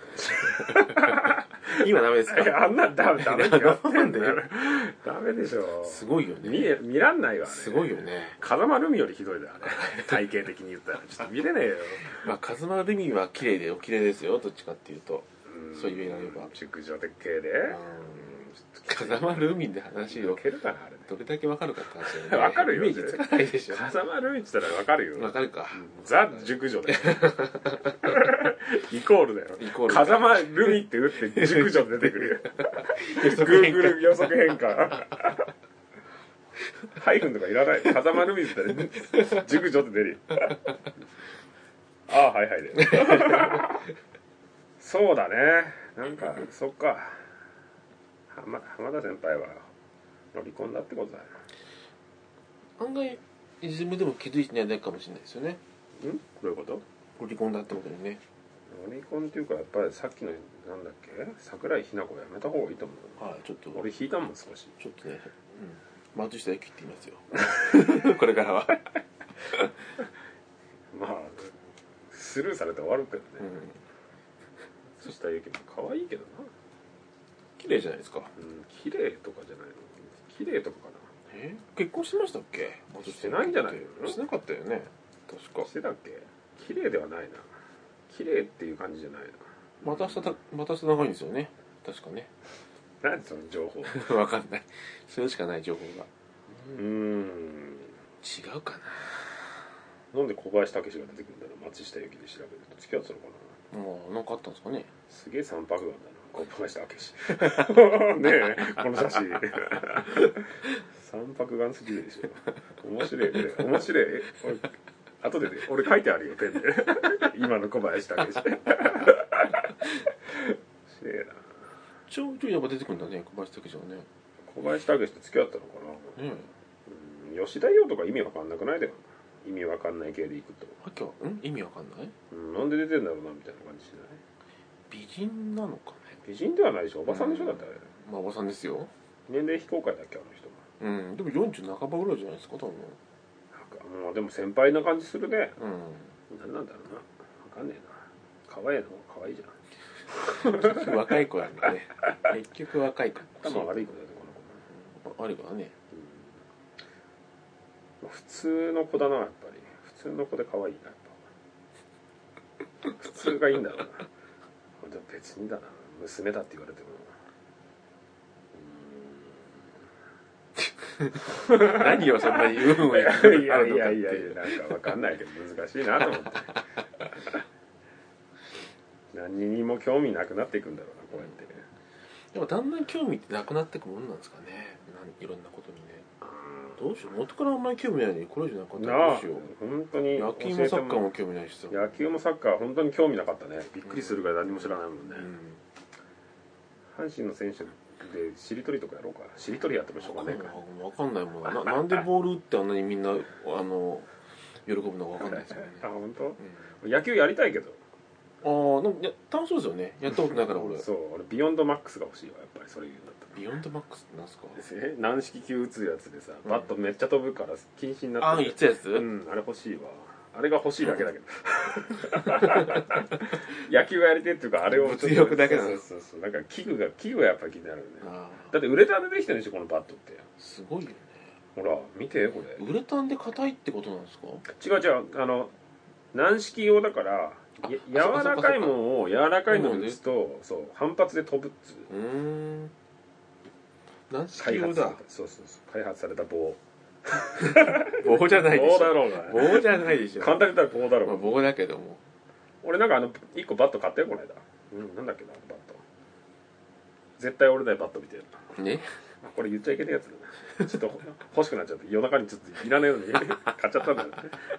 今ダメですか？ あんなダメダメだよ。 なんで？ ダメでしょ。 すごいよね。 見え見らんないわね。 すごいよね。 風間ルミよりひどいだよあれ。体型的に言ったらちょっと見れねえよ。 まあ風間ルミは綺麗でお綺麗ですよ。どっちかっていうと、そう言えられば。 熟女的系で。 風間ルミで話をけるかなあれ。 どれだけわかるかって話だよね。 わかるよ。 イメージつかないでしょ。 風間ルミって言ったらわかるよ。 わかるか。 ザ熟女だよ。イコールだよ。 イコール。 風間ルミって打って熟女出てくるよ。Google 予測変換。ハイフンとかいらない。風間ルミって言ったら熟女って出るよ。ああ、はいはいで。そうだね。なんか、そっか。浜田先輩は離婚だってことだよ。 案外いずれでも気づいてないかもしれないですよね。 ん？どういうこと？ 離婚だってことにね。 離婚っていうかやっぱりさっきのなんだっけ桜井日奈子やめた方がいいと思う。 はい、ちょっと俺引いたもん少し。 ちょっとね、うん、松下由紀って言いますよ。これからは。 まあスルーされて終わるけどね。松下由紀も可愛いけどな。 綺麗じゃないですか。 うん、綺麗とかじゃないの。綺麗とかかな。 え？結婚してましたっけ？ してないんじゃないの？ してなかったよね。確か。 してたっけ？綺麗ではないな。綺麗っていう感じじゃないな。 また下また下長いんですよね。確かね。 何その情報？ わかんない。それしかない情報が。 うーん。 違うかな。なんで小林武史が出てくるんだろう。松下由紀で調べると付き合ってたのかな。もうなんかあったんですかね。 すげえ三白眼だな。小林武史。ねえこの写真。三白眼すぎるでしょ。面白いね。面白い。後でね、俺書いてあるよペンで。今の小林武史。面白いな。 ちょいちょいやっぱ出てくるんだね、小林武史はね。 小林武史と付き合ったのかな。 ねえ。うん、吉田洋とか意味わかんなくないでも。意味わかんない系でいくと。 はっきは、ん意味わかんない？ うん、なんで出てんだろうなみたいな感じしない？ 美人なのかね。 美人ではないでしょ。おばさんでしょ、だってあれ。 まあおばさんですよ。 年齢非公開だっけあの人は。うん、でもよんじゅう半ばぐらいじゃないですか多分。 なんかもうでも先輩な感じするね。 うん。 何なんだろうな。わかんねえな。可愛いの可愛いじゃん。若い子なんだね。結局若い子。 頭悪い子だよねこの子。悪い子だね。 うん。普通の子だなやっぱり。普通の子で可愛いなやっぱ。普通がいいんだろうな。別にだな。娘だって言われても。 何をそんなに言うんを言うのかっていやいやいやいやなんかわかんないけど難しいなと思って何にも興味なくなっていくんだろうなこうやって。 でもだんだん興味ってなくなっていくもんなんですかね。なんいろんなことにね。どうしよう元からあんまり興味ないのにこれ以上なかったらどうしよう。 本当に野球もサッカーも興味ないしさ。 野球もサッカー本当に興味なかったね。びっくりするぐらい何も知らないもんね。うん、 阪神の選手でしりとりとかやろうか。しりとりやってもしょうがないか。 分かんないもんな。なんでボールってあんなにみんなあの喜ぶのか分かんないですよね。 あ、本当？ うん、 野球やりたいけど。 ああ、なんかいや楽しそうですよね。やったことないから俺。 そう、俺ビヨンドマックスが欲しいわ、やっぱりそれ言うんだったら。 ビヨンドマックスってなんすか？ え、軟式球打つやつでさ、バットめっちゃ飛ぶから禁止になってる。 ああ、言ってたやつ？ うん、あれ欲しいわ。あれが欲しいだけだけど。野球がやりてえっていうか、あれを物欲だけなの。 そうそうそう。なんか器具が、器具がやっぱり気になるよね。 あだってウレタンでできてるでしょ、このバットって。 すごいよね。 ほら、見て、これ。 ウレタンで硬いってことなんですか？ 違う違う、あの、軟式用だから、や柔らかいもんを柔らかいのに打つと、そう、反発で飛ぶっつう。 うーん。軟式開用だ。 発された。そうそうそう。開発された棒。 棒じゃないでしょ。 棒だろうが。 棒じゃないでしょ。 簡単に言ったら棒だろうが。 まあ、棒だけども。 俺なんかあの、一個バット買ったよ、この間。うん、なんだっけな、バット。絶対折れないバットみたいな。 ね。 これ言っちゃいけないやつだな。ちょっと欲しくなっちゃって、夜中にちょっといらないのに買っちゃったんだよね。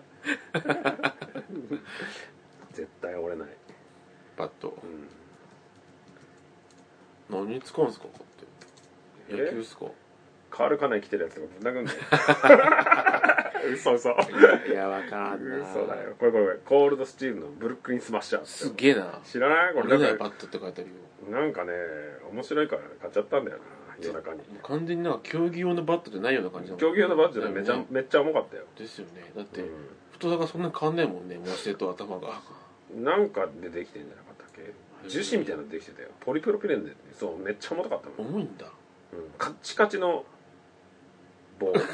絶対折れない。 バット。 うん。 何に使うんですか？買って。野球ですか？ カールカナイ来てるやつとかぶん殴んだよ。嘘嘘。 いや、わかんない。 嘘だよ。これこれコールドスチールのブルックリンスマッシャー。 すげえな。 知らない？これ折れないなんかバットって書いてあるよ。 なんかね、面白いから買っちゃったんだよな、夜中に。 完全になんか競技用のバットじゃないような感じだもん。 競技用のバットじゃない、めちゃねめっちゃ重かったよ。 ですよね。だって、 う太さがそんなに変わんないもんね、持ち手と頭が。 ん、なんかでできてんじゃなかったっけ？樹脂みたいなのでできてたよ。ポリプロピレンで、そう、めっちゃ重たかったもん。 重いんだ。 うん、カッチカチの棒。だ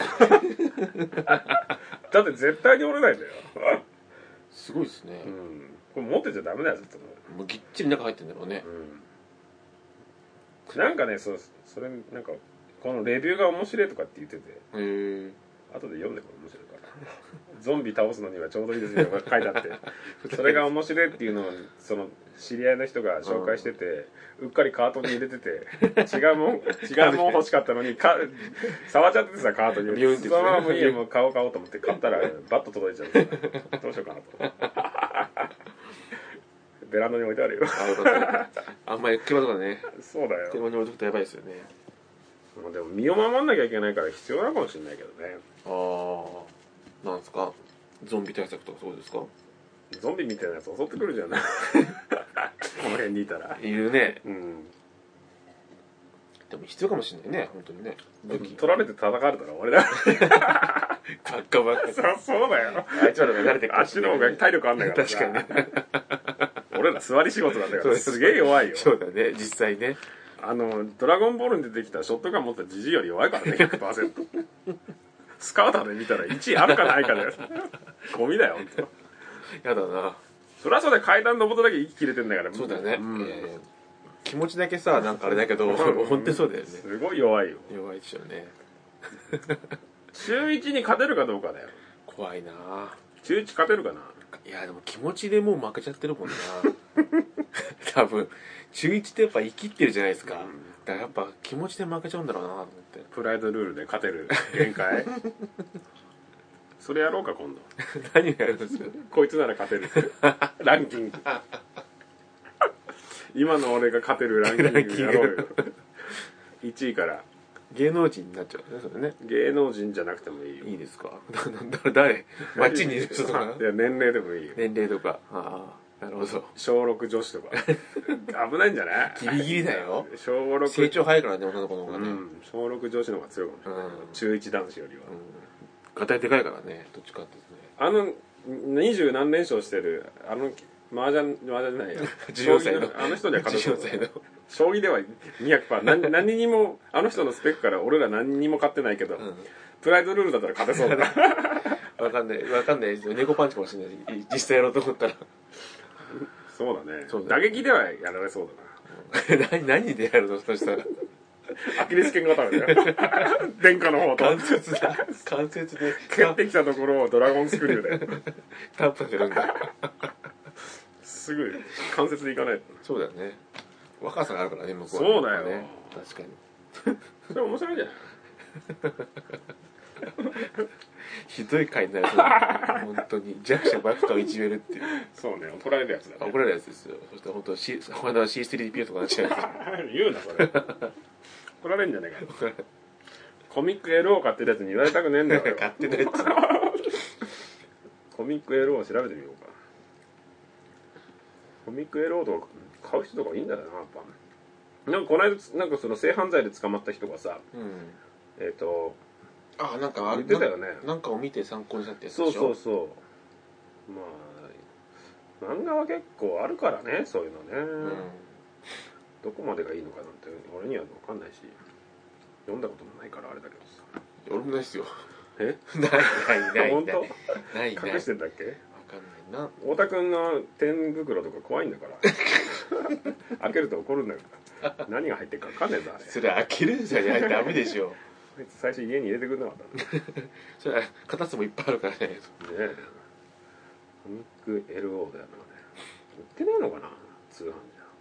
って絶対に折れないんだよ。 すごいですね。 うん。これ持ってちゃダメなやつだと思う。 もうぎっちり中入ってんだろうね。 うん。なんかね、そう、それ、なんか、このレビューが面白いとかって言ってて、 へえ。 後で読んでこれ面白いから。ゾンビ倒すのにはちょうどいいですよとか書いてあって、それが面白いっていうのを、その、知り合いの人が紹介してて、うっかりカートに入れてて、違うもん、違うもん欲しかったのに、か触っちゃっててさ、カートに入れて。そのままもういいよ、もう買おう買おうと思って買ったら、バット届いちゃう。どうしようかなと。ベランダに置いてあるよ。 あ、よかった。あんまり車とかね、 そうだよ。 車に置いとくとやばいですよね。 まあでも身を守んなきゃいけないから必要なのかもしれないけどね。 ああ、なんですか？ゾンビ対策とかそうですか？ ゾンビみたいなやつ襲ってくるじゃない。この辺にいたら。 いるね。 うん。 でも必要かもしれないね、本当にね。 武器取られて叩かれたら終わりだ。 バッカバカ。 そう、そうだよ。 あいつらが慣れてる足の方が体力あんだからさ。 確かにね。 俺ら座り仕事なんだからすげえ弱いよ。 そうだね、実際ね。 あの、ドラゴンボールに出てきたショットガン持ったジジイより弱いからね、ひゃくパーセント。スカウターで見たらいちいあるかないかだよ。ゴミだよ、ほんと。 やだな。 そりゃそうだよ、階段登っただけ息切れてんだから。 そうだね。 うんえー気持ちだけさ、なんかあれだけど、本当にそうだよね。 すごい弱いよ。 弱いでしょうね。 中いちに勝てるかどうかだよ。 怖いな。 中いち勝てるかな。 いやでも気持ちでもう負けちゃってるもんな。多分中いちってやっぱ生きってるじゃないですか、うん、だからやっぱ気持ちで負けちゃうんだろうなと思って。 プライドルールで勝てる限界。それやろうか今度。 何をやるんですか？ こいつなら勝てるランキング。今の俺が勝てるランキングやろうよ。いちいから芸能人になっちゃうね、それね。 芸能人じゃなくてもいいよ。 いいですか？誰？街にいる人とか。 いや年齢でもいいよ。 年齢とか。ああ、なるほど。 小ろく女子とか。危ないんじゃない？ ギリギリだよ。 小ろく成長早いからね、女の子の方がね。 うん、小ろく女子の方が強いかもしれない。うん、中いち男子よりは。 うん、ガタイでかいからね、どっちかってですね。 あの二十何連勝してるあの麻雀麻雀じゃないや。 じゅうよんさいのあの人には勝てそう。 じゅうよんさいの。 将棋ではにひゃくパーセント 何, 何にもあの人のスペックから俺ら何にも勝ってないけど、うん、プライドルールだったら勝てそうだ。 わかんないわかんないですよ。猫パンチかもしれないし、実際やろうと思ったら。 そうだね。 そうだね。 打撃ではやられそうだな。何何でやるのそしたら。 アキレス腱固めだよ。殿下の方と関節だ。関節で蹴ってきたところをドラゴンスクリューでタップするんだ。 すぐ関節でいかないと。 そうだよね。若さがあるからね、向こうは、 そうだよ、 ね、確かに。 それ面白いんじゃない？ ひどい回になりそうだ本当に弱者バクトをいじめるっていうそうね、怒られるやつだね。 怒られるやつですよ。そして本当 C ホンダ シースリーピー とかなっちゃうや言うなそれ。怒られるんじゃないかよ。コミック エルオー 買ってるやつに言われたくねえんだよ。 つ買ってないやつコミック エルオー を調べてみようか。コミック エルオー とか買う人とかいいんだよな、やっぱ。なんかこの間なんかその性犯罪で捕まった人がさ、 うんえっ、ー、とあなんかあ言ってたよね。 な、なんかを見て参考にしたってやつそうでしょ。 そうそう。まあ漫画は結構あるからね、そういうのね、 うん、 どこまでがいいのかなんて俺には分かんないし、読んだこともないからあれだけどさ。 俺もないっすよ。 えないないない本当？ ないない隠してんだっけ？ わかんないな。 太田君の天袋とか怖いんだから開けると怒るんだから何が入ってるか分かんねえぞあれ。 それ開けるんじゃないダメでしょ。 あいつ最初家に入れてくれなかったんだねそれ片つもいっぱいあるからね。 えコミック エルオー だよな。売ってねえのかな通販じゃ。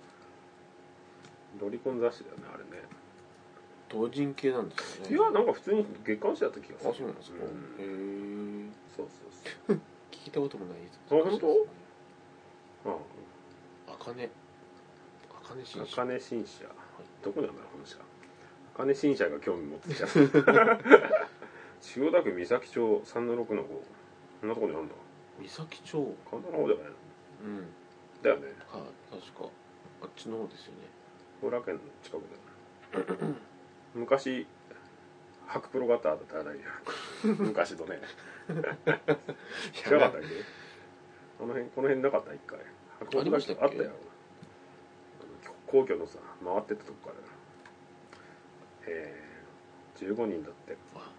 ロリコン雑誌だよねあれね。 同人系なんですかね。 いやなんか普通に月刊誌だった気がする。 あそうなんですか、 うん、 へえそうそうそう聞いたこともないです。 あ本当？ああかねあかね新あ社、 茜新社、どこにあるんだろう本社。茜新社が興味持ってきちゃった千代田区三崎町さんのろくのご、こんなとこにあるんだ。 三崎町。 神田の方だよね。 うんだよね。 はい確かあっちの方ですよね。 後楽園の近くだよね昔白プロがあったあったない昔のね知らなかったっけ？あの辺この辺なかった一回白プロありましたっけ？ あったよ。皇居のさ回ってったとこからえー、じゅうごにんだって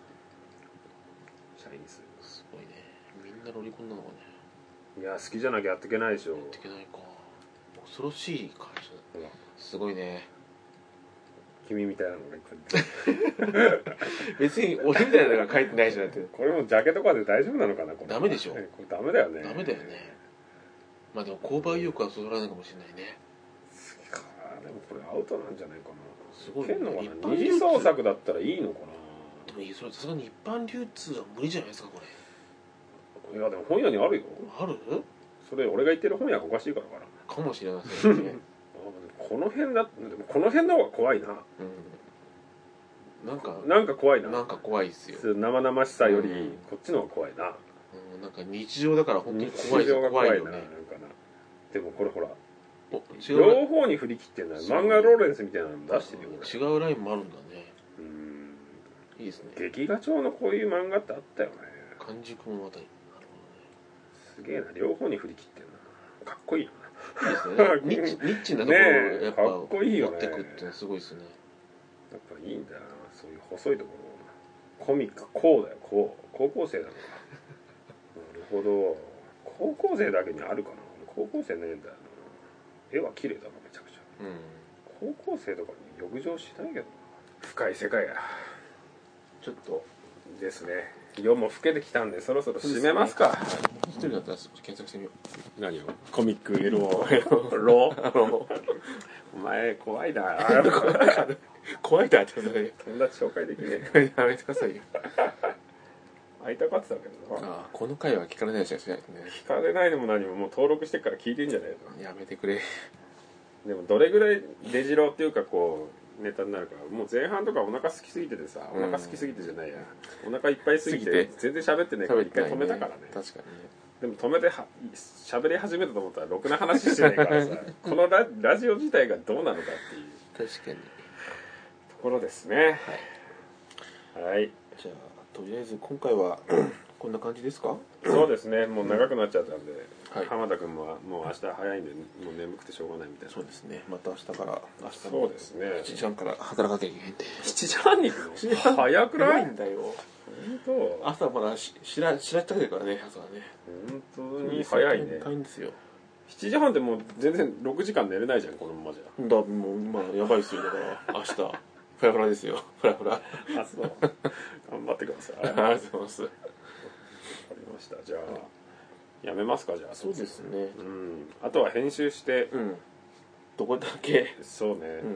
社員数。 すごいね。みんなロリコンなのかね。 いや好きじゃなきゃやってけないでしょ。 やっていけないか。恐ろしい会社だ。 ほらすごいね。 君みたいなのがいっぱい別に俺みたいなのが書いてないじゃなくて。 これもジャケとかで大丈夫なのかなこれ。 ダメでしょ。 これダメだよね。 ダメだよね。まあでも購買意欲はそそらないかもしれないね。 かでもこれアウトなんじゃないかな。 すごいいけんのか一な。 般流通二次創作だったらいいのかでもそれさすがに一般流通は無理じゃないですかこれ。 な。いやでも本屋にあるよ。 ある？ それ俺が言ってる本屋がおかしいからかな。 かもしれませんね。 この辺だでもこの辺の方が怖いな。 うん。なんかなんか怖いな。 なんか怖いですよ。 生々しさよりうんこっちの方が怖いな。 うん、なんか日常だから本当に怖い日常が怖いな。 よね。 なんかな。でもこれほらお違う両方に振り切ってんだよ。漫画ローレンスみたいなの出してるよこれ。 違うラインもあるんだね。 うん。 いいですね。 劇画調のこういう漫画ってあったよね。 完熟もまたいい。 すげえな、両方に振り切ってるな。かっこいいな。 いいですね。ニッチニッチなところをやっぱねえかっこいいよね持ってくってのはすごいですね。 やっぱいいんだよな、そういう細いところ。コミックこうだよ、こう高校生だから。なるほど。高校生だけにあるかな。高校生ねえんだよな。絵は綺麗だなめちゃくちゃ。 うん。 高校生とかに浴場しないけどな。深い世界や。 ちょっとですね。夜も更けてきたんでそろそろ締めますか。 一人だったら検索してみよう。 何を？コミックエルオーロー。お前怖いな。 怖いだってそれ。 友達紹介できねえ。 やめてくださいよ。 会いたかってたけどな。 ああこの回は聞かれないでしょしないですね。 聞かれないでも何ももう登録してから聞いてんじゃねえやめてくれ。 の。でもどれぐらいデジロっていうかこうネタになるか。もう前半とかお腹空きすぎててさ、お腹空きすぎてじゃないや、お腹いっぱいすぎて全然喋ってねえから一回止めたからね。 確かにね。 でも止めては喋り始めたと思ったらろくな話してねえからさこの ラ, ラジオ自体がどうなのかっていう確かに。 ところですね。はい、はい、 じゃあとりあえず今回はこんな感じですか？ そうですね。もう長くなっちゃったんで、 はい、 浜田君ももう明日早いんでもう眠くてしょうがないみたいな。 そうですね。また明日から明日そうですね。 しちじはんから働かなきゃいけないんで。 しちじはんに行くの？早くない？ 早いんだよ。 本当？ 朝まだし知ら知らっちゃうからね朝はね。 本当に早いね。 早いんですよ。 しちじはんでもう全然ろくじかん寝れないじゃんこのままじゃ。 だもうまあやばいですよだから明日フラフラですよフラフラ。 あそう頑張ってください。 ありがとうございます。 わかりました。じゃあやめますかじゃあ。 そうですね。 うん。あとは編集して、 うん。どこだけそうね。 うん。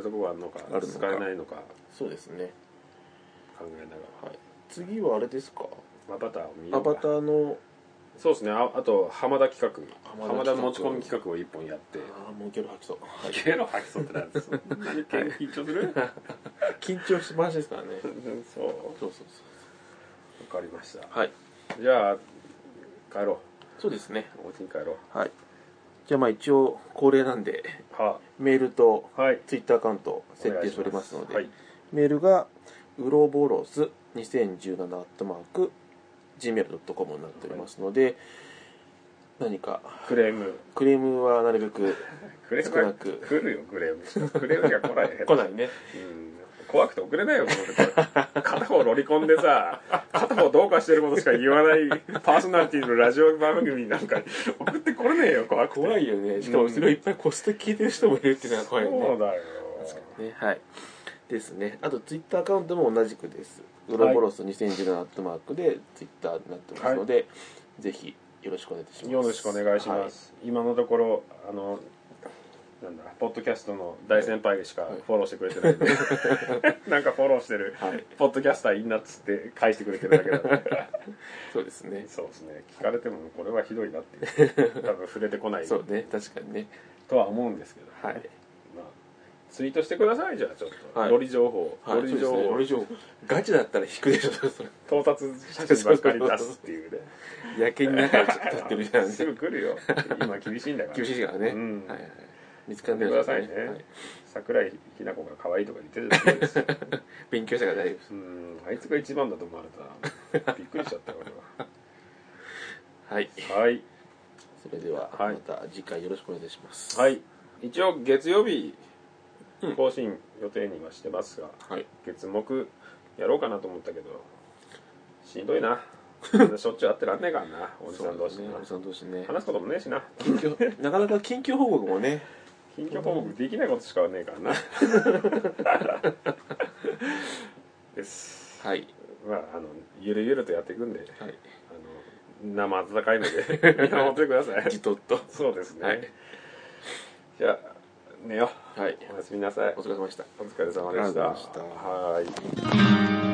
使えるとこがあるのか、 あるのか使えないのかそうですね。 考えながら。 はい。 次はあれですか、 アバターを見ようか。 アバターのそうですね。あ、あと浜田企画浜浜田田企画持ち込み企画を一本やって。 ああもうゲロ吐きそう、はい、 ゲロ吐きそうってなんです。何緊張する？ 緊張しっぱなしですからねそうそうそうそうわかりました。 はい、 じゃあ帰ろそうですね、 う。お家に帰ろはい。じゃあまあ一応恒例なんでう。はメールとはいツイッターアカウント設定しておりますので、 はい。 メールがウロボロスにせんじゅうななアットマーク ジーメールドットコム になっておりますので、何かクレームクレームはなるべくクレーム少なく来るよ。クレームクレームが来ない。 来ないね。 うん怖くて送れないよと思ってこれ片方ロリコンでさ片方どうかしてることしか言わないパーソナリティのラジオ番組なんか送ってこれねえよ。怖くて怖いよね。しかもそれをいっぱいこすって聞いてる人もいるっていうのが怖いよね。 そうだよ確かにね。はいですね。あとツイッターアカウントも同じくです。ウロボロスにせんじゅうななアットマークでツイッターになってますので、はい、ぜひよろしくお願いいたします。 よろしくお願いします、はい、今のところあのなんだポッドキャストの大先輩しかフォローしてくれてないんで、はい、なんかフォローしてる、はい、ポッドキャスターいいなっつって返してくれてるだけなんでそうですねそうですね聞かれてもこれはひどいなっていう多分触れてこないそうね確かにねとは思うんですけど、ね、はい、まあ、ツイートしてくださいじゃあちょっと、はい、ロリ情報、はい、ロリ情報、ね、 ロリ情報ガチだったら引くでしょそれ盗撮写真ばっかり出すっていうねやけに中に立ってるじゃんすぐ来るよ今厳しいんだから厳しいからね、 うんはいはい、見つかんでくださいね、はい、桜井日奈子が可愛いとか言ってるです勉強したから大丈夫です。 うんあいつが一番だと思われたびっくりしちゃった俺ははいはいそれではまた次回よろしくお願いします。 はい、一応月曜日更新予定にはしてますが、うん、月木やろうかなと思ったけどしんどいなしょっちゅう会ってらんねえからなおじさん同士で、ね、 おじさん同士ね話すこともねえしな近況なかなか近況報告もね近況報告できないことしかねえからなですはいまああのゆるゆるとやっていくんで、はい、あの生温かいので見守ってくださいじとっとそうですね、はい、じゃあ寝よう、 はい、 おやすみなさい。 お疲れ様でした。 お疲れ様でした。 ありがとうございました。 はい。